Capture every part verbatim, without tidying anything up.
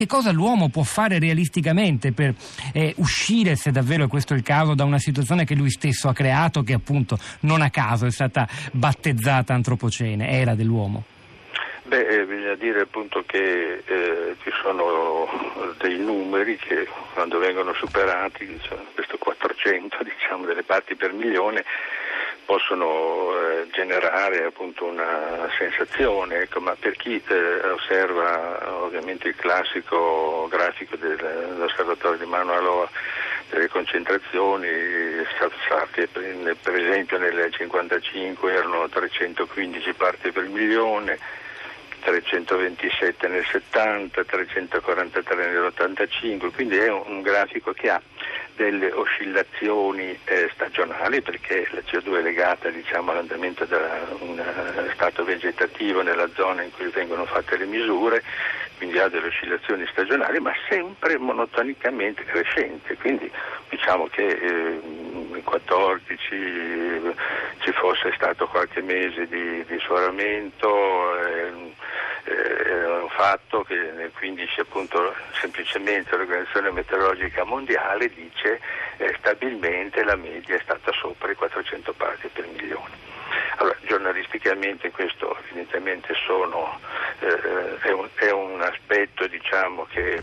Che cosa l'uomo può fare realisticamente per eh, uscire, se davvero questo è il caso, da una situazione che lui stesso ha creato, che appunto non a caso è stata battezzata antropocene, era dell'uomo? Beh, eh, bisogna dire appunto che eh, ci sono dei numeri che quando vengono superati, diciamo, questo quattrocento diciamo delle parti per milione, possono eh, generare appunto una sensazione, ecco, ma per chi eh, osserva ovviamente il classico grafico dell'osservatorio di Mauna Loa delle concentrazioni, sa che per, per esempio nel cinquantacinque erano trecentoquindici parti per milione, trecentoventisette nel settanta, trecentoquarantatré nell'ottantacinque, quindi è un, un grafico che ha delle oscillazioni eh, stagionali, perché la C O due è legata, diciamo, all'andamento di un stato vegetativo nella zona in cui vengono fatte le misure, quindi ha delle oscillazioni stagionali, ma sempre monotonicamente crescente. Quindi diciamo che eh, nel quattordici eh, ci fosse stato qualche mese di, di sforamento, eh, è un fatto che nel quindici appunto semplicemente l'Organizzazione Meteorologica Mondiale dice eh, stabilmente la media è stata sopra i quattrocento parti per milione. Allora, giornalisticamente questo evidentemente sono, eh, è, un, è un aspetto, diciamo, che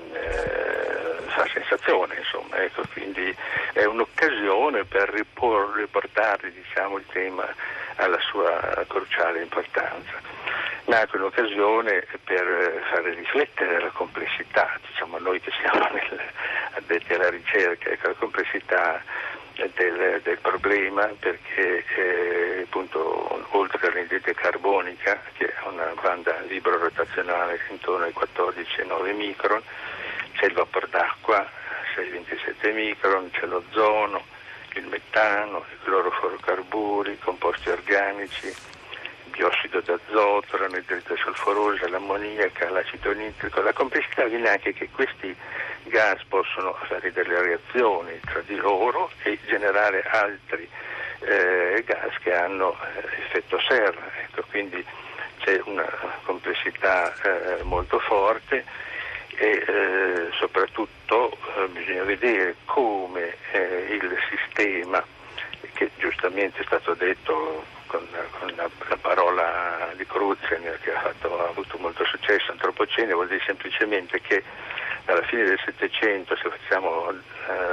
eh, fa sensazione, insomma, ecco, quindi è un'occasione per ripor, riportare, diciamo, il tema alla sua cruciale importanza. Ma anche un'occasione per fare riflettere la complessità, diciamo, noi che siamo nel, addetti alla ricerca, ecco, la complessità del, del problema, perché eh, appunto oltre all'anidride carbonica, che ha una banda libero-rotazionale intorno ai quattordici virgola nove micron, c'è il vapor d'acqua sei virgola ventisette micron, c'è l'ozono, il metano, i clorofluorocarburi, i composti organici, biossido d'azoto, l'anidride solforosa, l'ammoniaca, l'acido nitrico. La complessità viene anche che questi gas possono fare delle reazioni tra di loro e generare altri eh, gas che hanno eh, effetto serra. Ecco, quindi c'è una complessità eh, molto forte e eh, soprattutto eh, bisogna vedere come eh, il sistema, che giustamente è stato detto con, con la, la parola di Crutzen, che ha, fatto, ha avuto molto successo, antropocene, vuol dire semplicemente che alla fine del Settecento, se facciamo eh,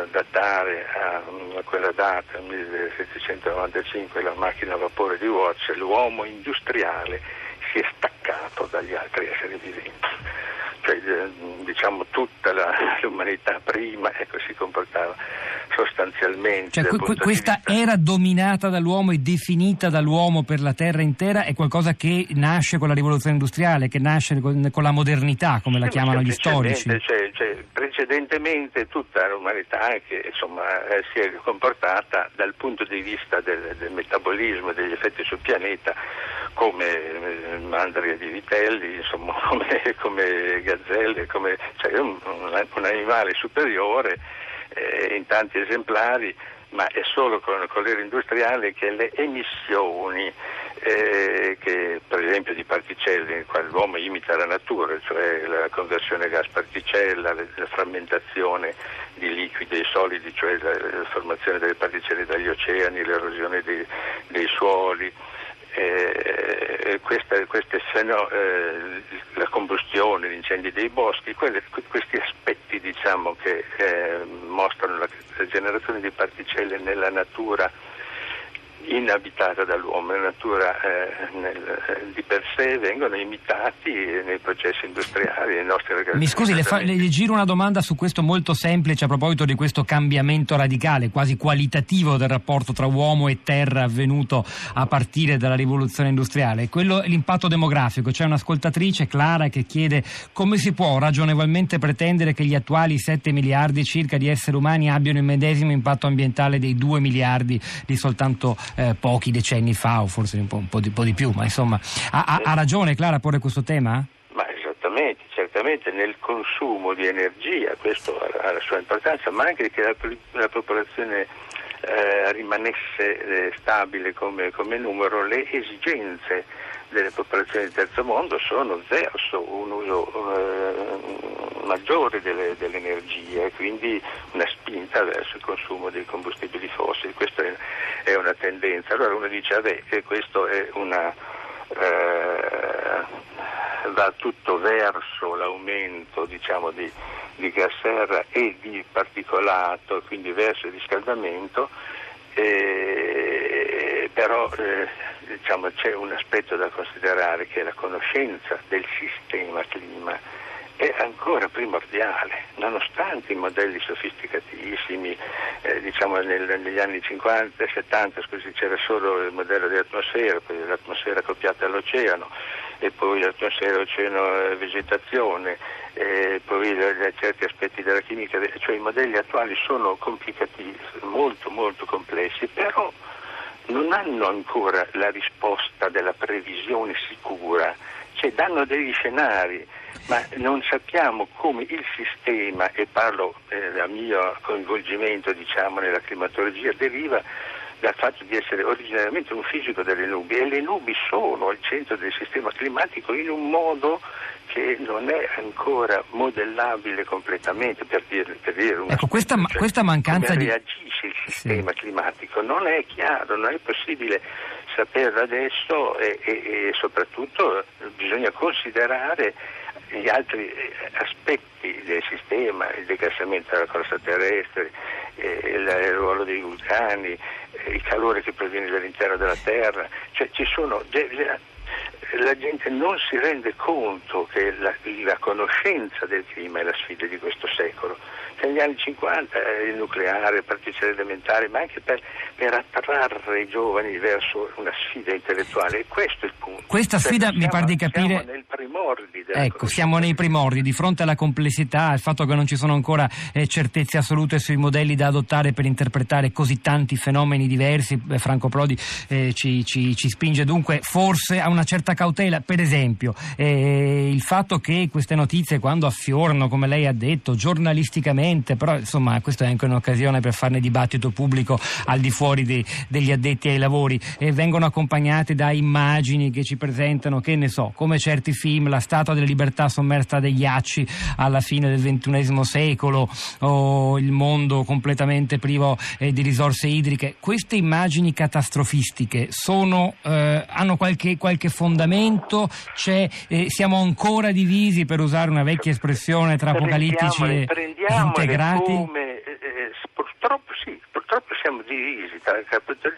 datare a, a quella data, millesettecentonovantacinque, la macchina a vapore di Watts, l'uomo industriale si è staccato dagli altri esseri viventi. Cioè, diciamo, tutta la, l'umanità prima, ecco, si comportava sostanzialmente. Cioè, que- questa era dominata dall'uomo e definita dall'uomo per la terra intera, è qualcosa che nasce con la rivoluzione industriale, che nasce con, con la modernità, come la chiamano gli storici. Cioè, cioè, precedentemente tutta l'umanità che insomma eh, si è comportata dal punto di vista del, del metabolismo e degli effetti sul pianeta come eh, mandrie di vitelli, insomma, come, come gazzelle, come, cioè un, un, un animale superiore eh, in tanti esemplari, ma è solo con, con l'era industriale che le emissioni eh, che per esempio di particelle, in cui l'uomo imita la natura, cioè la conversione gas-particella, la, la frammentazione di liquidi e solidi, cioè la, la formazione delle particelle dagli oceani, l'erosione dei, dei suoli, Eh, questa, queste feno, eh, la combustione, gli incendi dei boschi, quelle, questi aspetti, diciamo, che eh, mostrano la, la generazione di particelle nella natura inabitata dall'uomo, la natura eh, nel, di per sé, vengono imitati nei processi industriali, nei nostri ragazzi. Mi scusi, le, fa, le giro una domanda su questo molto semplice a proposito di questo cambiamento radicale, quasi qualitativo del rapporto tra uomo e terra avvenuto a partire dalla rivoluzione industriale. Quello è l'impatto demografico. C'è un'ascoltatrice, Clara, che chiede come si può ragionevolmente pretendere che gli attuali sette miliardi circa di esseri umani abbiano il medesimo impatto ambientale dei due miliardi di soltanto Eh, pochi decenni fa, o forse un po', un po', di, un po' di più, ma insomma ha, ha, ha ragione Clara a porre questo tema? Ma esattamente, certamente nel consumo di energia questo ha, ha la sua importanza, ma anche che la, la popolazione eh, rimanesse eh, stabile come, come numero, le esigenze delle popolazioni del terzo mondo sono verso un uso eh, maggiore delle, dell'energia e quindi una spinta verso il consumo dei combustibili fossili. Questa è, è una tendenza. Allora uno dice, vabbè, che questo è una eh, va tutto verso l'aumento, diciamo, di, di gas serra e di particolato, quindi verso il riscaldamento, eh, però eh, diciamo, c'è un aspetto da considerare, che è la conoscenza del sistema clima è ancora primordiale, nonostante i modelli sofisticatissimi, eh, diciamo nel, negli anni cinquanta settanta scusi, c'era solo il modello di atmosfera, poi l'atmosfera accoppiata all'oceano, e poi l'atmosfera, oceano, vegetazione, e poi le, certi aspetti della chimica, cioè i modelli attuali sono complicati, molto molto complessi, però non hanno ancora la risposta della previsione sicura, cioè danno degli scenari, ma non sappiamo come il sistema, e parlo eh, dal mio coinvolgimento, diciamo, nella climatologia, deriva dal fatto di essere originariamente un fisico delle nubi, e le nubi sono al centro del sistema climatico in un modo che non è ancora modellabile completamente, per dire, per dire una ecco, questa, cioè, questa mancanza come di... reagisce il sistema sì. climatico non è chiaro, non è possibile saperlo adesso, e, e, e soprattutto bisogna considerare gli altri aspetti del sistema, il declassamento della crosta terrestre, eh, il, il ruolo dei vulcani, eh, il calore che proviene dall'interno della Terra, cioè ci sono... La gente non si rende conto che la, la conoscenza del clima è la sfida di questo secolo. Negli anni cinquanta il nucleare, le particelle elementari, ma anche per, per attrarre i giovani verso una sfida intellettuale. E questo è il punto. Questa sfida cioè, mi siamo, pare di capire... Siamo nel primordi della Ecco, siamo nei primordi, di fronte alla complessità, al fatto che non ci sono ancora eh, certezze assolute sui modelli da adottare per interpretare così tanti fenomeni diversi. Eh, Franco Prodi eh, ci, ci, ci spinge dunque forse a una certa cautela. Per esempio, eh, il fatto che queste notizie, quando affiorano, come lei ha detto, giornalisticamente, però insomma questa è anche un'occasione per farne dibattito pubblico al di fuori de, degli addetti ai lavori, e vengono accompagnate da immagini che ci presentano, che ne so, come certi film, la Statua della Libertà sommersa dai ghiacci alla fine del ventunesimo secolo, o il mondo completamente privo eh, di risorse idriche. Queste immagini catastrofistiche sono, eh, hanno qualche, qualche fondamento? C'è, eh, siamo ancora divisi, per usare una vecchia espressione, tra apocalittici e integrati? Come, eh, eh, purtroppo sì, purtroppo siamo divisi tra eh,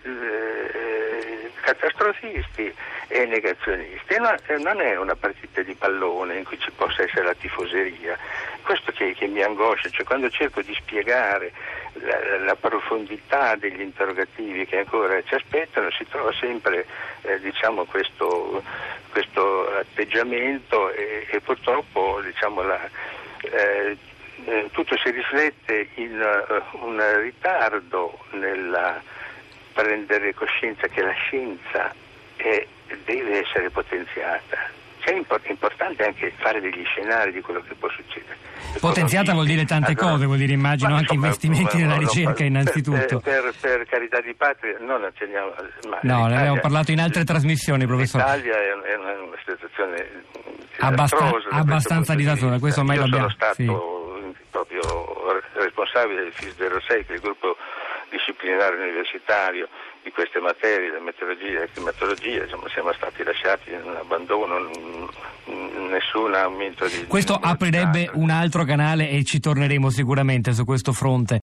catastrofisti e negazionisti. No, non è una partita di pallone in cui ci possa essere la tifoseria. Questo che, che mi angoscia, cioè quando cerco di spiegare la, la profondità degli interrogativi che ancora ci aspettano, si trova sempre eh, diciamo questo, questo atteggiamento, e, e purtroppo diciamo la eh, Eh, tutto si riflette in uh, un ritardo nel prendere coscienza che la scienza è, deve essere potenziata. Cioè, è importante anche fare degli scenari di quello che può succedere. Potenziata vuol dire tante allora, cose, vuol dire immagino ma, anche insomma, investimenti nella ricerca, no, innanzitutto. Per, per, per carità di patria, non accenniamo. Ma no, ne abbiamo parlato in altre trasmissioni, professore. L'Italia è, è una, una situazione Abbasta, abbastanza disastrosa, questo ormai lo abbiamo. Sono stato sì. proprio responsabile del F I S zero sei, che è il gruppo disciplinare universitario di queste materie, la meteorologia e la climatologia. Insomma, siamo stati lasciati in un abbandono, nessun aumento di... Questo aprirebbe un altro canale e ci torneremo sicuramente su questo fronte.